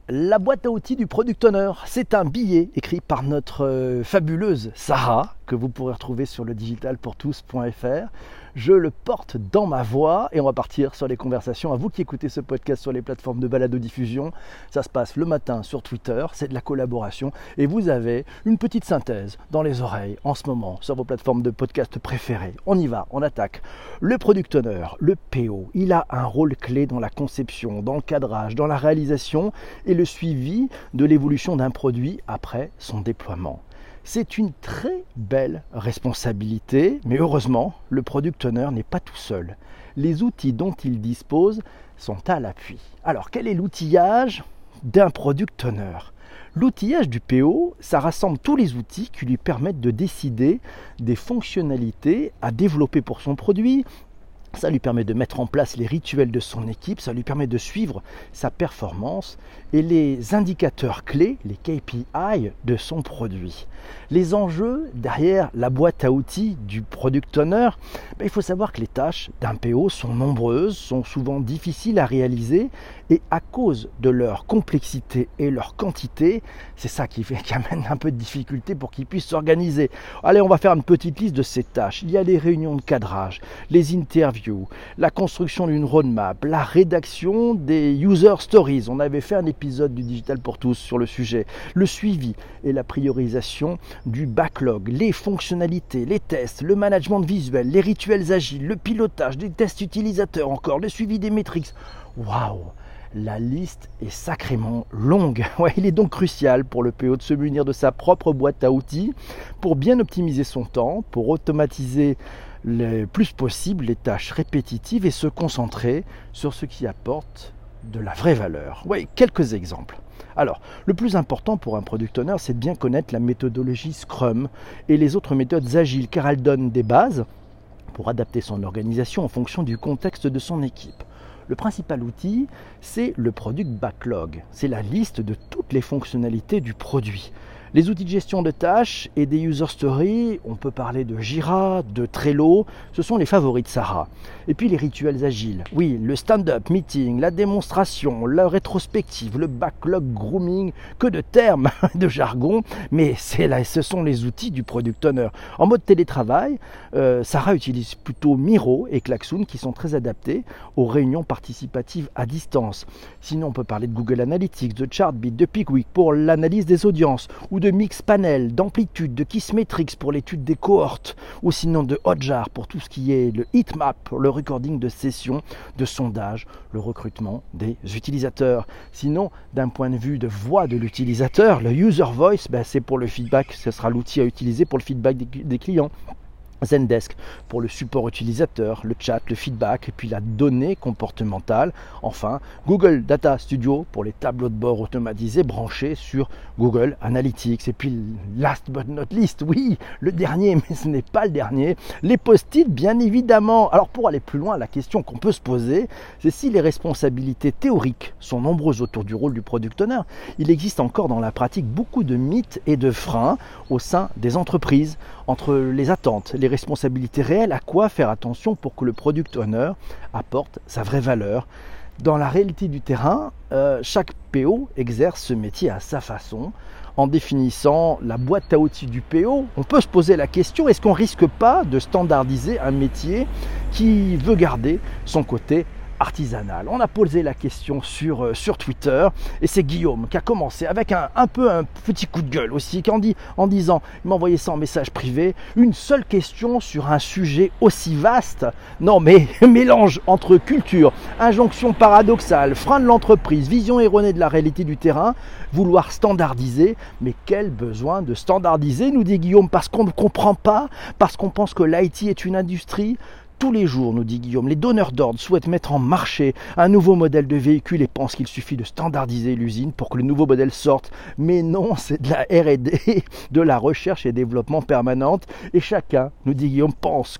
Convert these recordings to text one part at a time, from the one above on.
La boîte à outils du Product Owner, c'est un billet écrit par notre fabuleuse Sarah, que vous pourrez retrouver sur le digitalpourtous.fr. Je le porte dans ma voix et on va partir sur les conversations. À vous qui écoutez ce podcast sur les plateformes de balado-diffusion, ça se passe le matin sur Twitter, c'est de la collaboration et vous avez une petite synthèse dans les oreilles en ce moment sur vos plateformes de podcast préférées. On y va, on attaque. Le Product Owner, le PO, il a un rôle clé dans la conception, dans le cadrage, dans la réalisation et le suivi de l'évolution d'un produit après son déploiement. C'est une très belle responsabilité, mais heureusement, le Product Owner n'est pas tout seul. Les outils dont il dispose sont à l'appui. Alors, quel est l'outillage d'un Product Owner ? L'outillage du PO, ça rassemble tous les outils qui lui permettent de décider des fonctionnalités à développer pour son produit. Ça lui permet de mettre en place les rituels de son équipe, ça lui permet de suivre sa performance et les indicateurs clés, les KPI de son produit. Les enjeux derrière la boîte à outils du Product Owner, il faut savoir que les tâches d'un PO sont nombreuses, sont souvent difficiles à réaliser et à cause de leur complexité et leur quantité, c'est ça qui amène un peu de difficulté pour qu'ils puissent s'organiser. Allez, on va faire une petite liste de ces tâches. Il y a les réunions de cadrage, les interviews, la construction d'une roadmap, la rédaction des user stories. On avait fait un épisode du Digital pour tous sur le sujet. Le suivi et la priorisation du backlog, les fonctionnalités, les tests, le management visuel, les rituels agiles, le pilotage des tests utilisateurs encore, le suivi des métriques. Waouh! La liste est sacrément longue. Ouais, il est donc crucial pour le PO de se munir de sa propre boîte à outils pour bien optimiser son temps, pour automatiser le plus possible les tâches répétitives et se concentrer sur ce qui apporte de la vraie valeur. Oui, quelques exemples. Alors, le plus important pour un Product Owner, c'est de bien connaître la méthodologie Scrum et les autres méthodes agiles, car elles donnent des bases pour adapter son organisation en fonction du contexte de son équipe. Le principal outil, c'est le Product Backlog. C'est la liste de toutes les fonctionnalités du produit. Les outils de gestion de tâches et des user stories, on peut parler de Jira, de Trello, ce sont les favoris de Sarah. Et puis les rituels agiles, oui, le stand-up meeting, la démonstration, la rétrospective, le backlog grooming, que de termes, de jargon, mais ce sont les outils du Product Owner. En mode télétravail, Sarah utilise plutôt Miro et Klaxoon qui sont très adaptés aux réunions participatives à distance. Sinon, on peut parler de Google Analytics, de Chartbeat, de Pickwick pour l'analyse des audiences, ou de Mixpanel, d'Amplitude, de Kissmetrics pour l'étude des cohortes, ou sinon de Hotjar pour tout ce qui est le heatmap, pour le recording de sessions, de sondage, le recrutement des utilisateurs. Sinon, d'un point de vue de voix de l'utilisateur, le user voice, c'est pour le feedback, ce sera l'outil à utiliser pour le feedback des clients. Zendesk pour le support utilisateur, le chat, le feedback et puis la donnée comportementale. Enfin, Google Data Studio pour les tableaux de bord automatisés branchés sur Google Analytics. Et puis, last but not least, oui, le dernier, mais ce n'est pas le dernier, les post-it bien évidemment. Alors pour aller plus loin, la question qu'on peut se poser, c'est si les responsabilités théoriques sont nombreuses autour du rôle du Product Owner, il existe encore dans la pratique beaucoup de mythes et de freins au sein des entreprises entre les attentes, les responsabilités réelles, à quoi faire attention pour que le Product Owner apporte sa vraie valeur. Dans la réalité du terrain, chaque PO exerce ce métier à sa façon. En définissant la boîte à outils du PO, on peut se poser la question, est-ce qu'on ne risque pas de standardiser un métier qui veut garder son côté artisanal? On a posé la question sur Twitter et c'est Guillaume qui a commencé avec un petit coup de gueule aussi en disant, il m'a envoyé ça en message privé, une seule question sur un sujet aussi vaste. Non mais mélange entre culture, injonction paradoxale, frein de l'entreprise, vision erronée de la réalité du terrain, vouloir standardiser, mais quel besoin de standardiser, nous dit Guillaume, parce qu'on ne comprend pas, parce qu'on pense que l'IT est une industrie. Tous les jours, nous dit Guillaume, les donneurs d'ordre souhaitent mettre en marché un nouveau modèle de véhicule et pensent qu'il suffit de standardiser l'usine pour que le nouveau modèle sorte. Mais non, c'est de la R&D, de la recherche et développement permanente. Et chacun, nous dit Guillaume, pense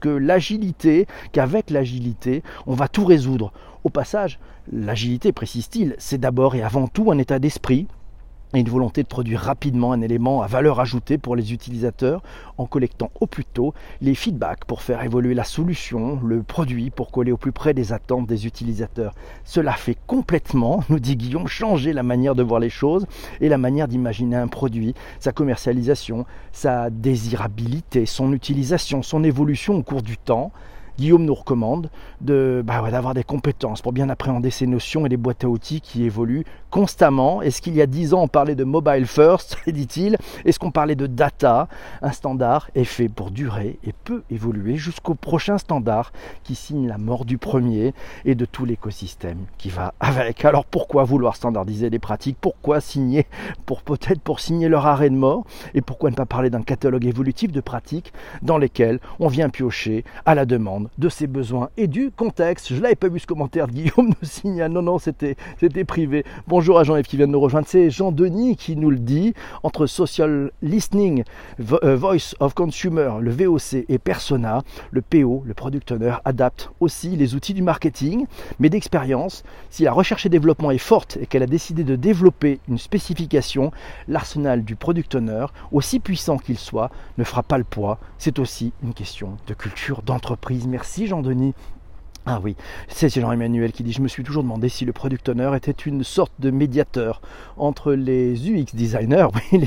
qu'avec l'agilité, on va tout résoudre. Au passage, l'agilité, précise-t-il, c'est d'abord et avant tout un état d'esprit, et une volonté de produire rapidement un élément à valeur ajoutée pour les utilisateurs en collectant au plus tôt les feedbacks pour faire évoluer la solution, le produit pour coller au plus près des attentes des utilisateurs. Cela fait complètement, nous dit Guillaume, changer la manière de voir les choses et la manière d'imaginer un produit, sa commercialisation, sa désirabilité, son utilisation, son évolution au cours du temps. Guillaume nous recommande d'avoir des compétences pour bien appréhender ces notions et les boîtes à outils qui évoluent constamment. Est-ce qu'il y a 10 ans on parlait de mobile first, dit-il? Est-ce qu'on parlait de data? Un standard est fait pour durer et peut évoluer jusqu'au prochain standard qui signe la mort du premier et de tout l'écosystème qui va avec. Alors pourquoi vouloir standardiser les pratiques? Pourquoi signer? Peut-être pour signer leur arrêt de mort. Et pourquoi ne pas parler d'un catalogue évolutif de pratiques dans lesquelles on vient piocher à la demande de ses besoins et du contexte. Je ne l'avais pas vu ce commentaire de Guillaume nous signale. Non, c'était privé. Bonjour à Jean-Yves qui vient de nous rejoindre. C'est Jean-Denis qui nous le dit. Entre Social Listening, Voice of Consumer, le VOC et Persona, le PO, le Product Owner, adapte aussi les outils du marketing. Mais d'expérience, si la recherche et développement est forte et qu'elle a décidé de développer une spécification, l'arsenal du Product Owner, aussi puissant qu'il soit, ne fera pas le poids. C'est aussi une question de culture d'entreprise. Merci Jean-Denis. Ah oui, c'est Jean-Emmanuel qui dit « Je me suis toujours demandé si le Product Owner était une sorte de médiateur entre les UX designers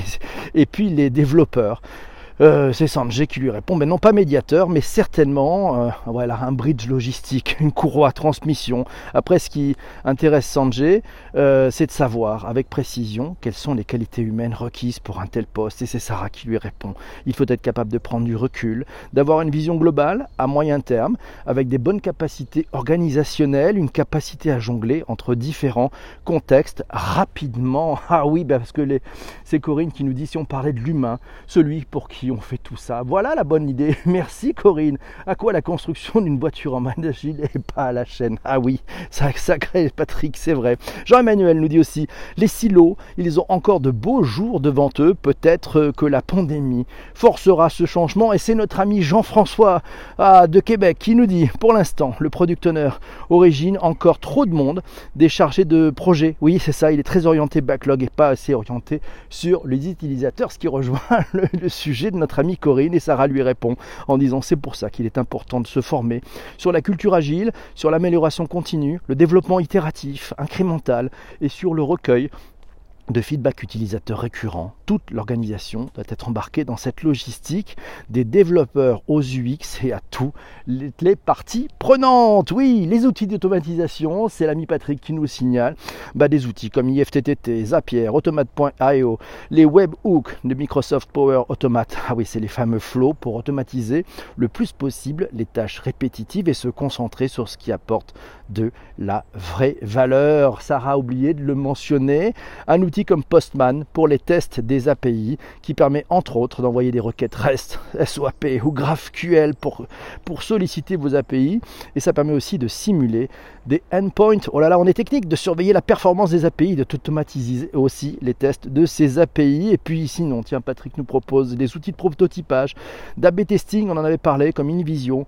et puis les développeurs. » C'est Sanjay qui lui répond, mais non pas médiateur, mais certainement un bridge logistique, une courroie transmission. Après, ce qui intéresse Sanjay, c'est de savoir avec précision quelles sont les qualités humaines requises pour un tel poste. Et c'est Sarah qui lui répond. Il faut être capable de prendre du recul, d'avoir une vision globale à moyen terme, avec des bonnes capacités organisationnelles, une capacité à jongler entre différents contextes rapidement. Ah oui, parce que c'est Corinne qui nous dit si on parlait de l'humain, celui pour qui on fait tout ça. Voilà la bonne idée. Merci Corinne. À quoi la construction d'une voiture en main agile et pas à la chaîne? Ah oui, sacré Patrick, c'est vrai. Jean-Emmanuel nous dit aussi, les silos, ils ont encore de beaux jours devant eux. Peut-être que la pandémie forcera ce changement et c'est notre ami Jean-François de Québec qui nous dit, pour l'instant, le Product Owner origine encore trop de monde, des chargés de projet. Oui, c'est ça, il est très orienté backlog et pas assez orienté sur les utilisateurs, ce qui rejoint le sujet de notre amie Corinne, et Sarah lui répond en disant c'est pour ça qu'il est important de se former sur la culture agile, sur l'amélioration continue, le développement itératif, incrémental et sur le recueil de feedback utilisateur récurrent. Toute l'organisation doit être embarquée dans cette logistique des développeurs aux UX et à tous les parties prenantes. Oui, les outils d'automatisation, c'est l'ami Patrick qui nous signale des outils comme IFTTT, Zapier, Automate.io, les webhooks de Microsoft Power Automate. Ah oui, c'est les fameux flows pour automatiser le plus possible les tâches répétitives et se concentrer sur ce qui apporte de la vraie valeur. Sarah a oublié de le mentionner. Un outil comme Postman pour les tests des API qui permet entre autres d'envoyer des requêtes REST, SOAP ou GraphQL pour solliciter vos API, et ça permet aussi de simuler des endpoints. Oh là là, on est technique, de surveiller la performance des API, de automatiser aussi les tests de ces API. Et puis sinon, tiens, Patrick nous propose des outils de prototypage, d'AB testing, on en avait parlé, comme InVision,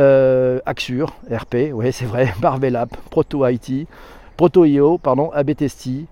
Axure, RP, oui c'est vrai, Marvel App, Proto-IT, Proto.io, AB-Testy,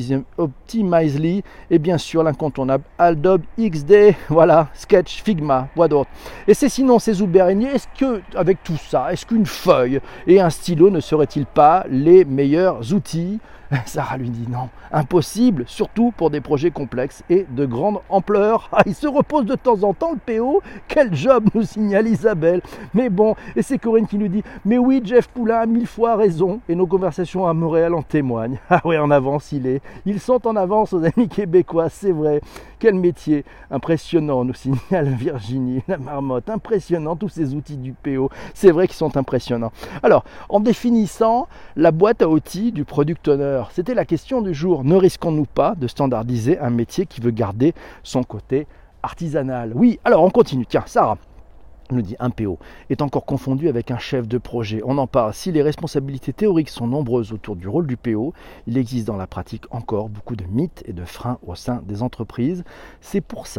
Optimizely et bien sûr l'incontournable Adobe XD, voilà, Sketch, Figma, quoi d'autre. Et c'est sinon ces Zoubérigné, est-ce que avec tout ça, est-ce qu'une feuille et un stylo ne seraient-ils pas les meilleurs outils? Sarah lui dit non, impossible, surtout pour des projets complexes et de grande ampleur. Ah, il se repose de temps en temps le PO, quel job, nous signale Isabelle. Mais bon, et c'est Corinne qui nous dit, mais oui, Jeff Poulain a 1000 fois raison, et nos conversations à Montréal en témoignent. Ah ouais, en avance ils sont en avance aux amis québécois, c'est vrai. Quel métier impressionnant, nous signale Virginie, la marmotte, impressionnant tous ces outils du PO, c'est vrai qu'ils sont impressionnants. Alors, en définissant la boîte à outils du Product Owner, c'était la question du jour. Ne risquons-nous pas de standardiser un métier qui veut garder son côté artisanal? Oui, alors on continue. Tiens, Sarah nous dit un PO est encore confondu avec un chef de projet. On en parle. Si les responsabilités théoriques sont nombreuses autour du rôle du PO, il existe dans la pratique encore beaucoup de mythes et de freins au sein des entreprises. C'est pour ça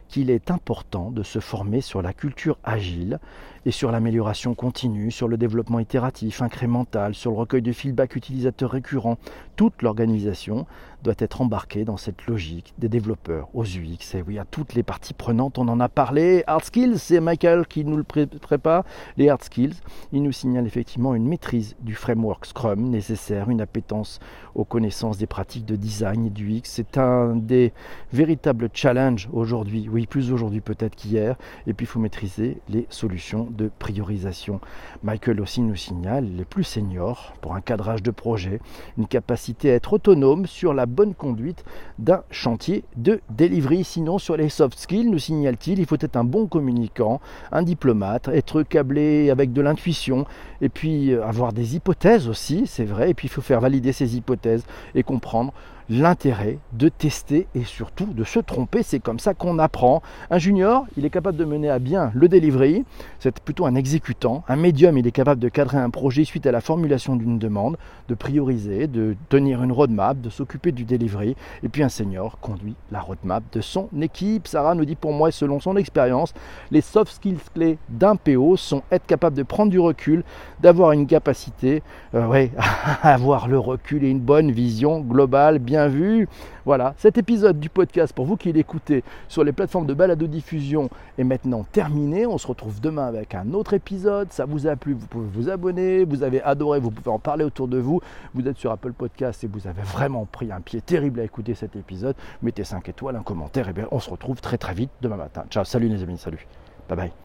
qu'il est important de se former sur la culture agile et sur l'amélioration continue, sur le développement itératif, incrémental, sur le recueil de feedback utilisateur récurrent. Toute l'organisation doit être embarquée dans cette logique des développeurs aux UX. Et oui, à toutes les parties prenantes, on en a parlé. Hard Skills, c'est Michael qui nous le prépare. Les Hard Skills, il nous signale effectivement une maîtrise du framework Scrum nécessaire, une appétence aux connaissances des pratiques de design et du UX. C'est un des véritables challenges aujourd'hui, oui, plus aujourd'hui peut-être qu'hier. Et puis il faut maîtriser les solutions de priorisation. Michael aussi nous signale les plus seniors pour un cadrage de projet, une capacité à être autonome sur la bonne conduite d'un chantier de delivery. Sinon, sur les soft skills, nous signale-t-il, il faut être un bon communicant, un diplomate, être câblé avec de l'intuition et puis avoir des hypothèses aussi, c'est vrai, et puis il faut faire valider ces hypothèses et comprendre l'intérêt de tester et surtout de se tromper. C'est comme ça qu'on apprend. Un junior, il est capable de mener à bien le delivery, c'est plutôt un exécutant. Un médium, il est capable de cadrer un projet suite à la formulation d'une demande, de prioriser, de tenir une roadmap, de s'occuper du delivery. Et puis un senior conduit la roadmap de son équipe. Sarah nous dit, pour moi, selon son expérience, les soft skills clés d'un PO sont être capable de prendre du recul, d'avoir une capacité à avoir le recul et une bonne vision globale, bien vu. Voilà, cet épisode du podcast, pour vous qui l'écoutez sur les plateformes de balado-diffusion, est maintenant terminé. On se retrouve demain avec un autre épisode. Ça vous a plu, vous pouvez vous abonner. Vous avez adoré, vous pouvez en parler autour de vous. Vous êtes sur Apple Podcast et vous avez vraiment pris un pied terrible à écouter cet épisode. Mettez 5 étoiles, un commentaire et bien on se retrouve très très vite demain matin. Ciao, salut les amis, salut. Bye bye.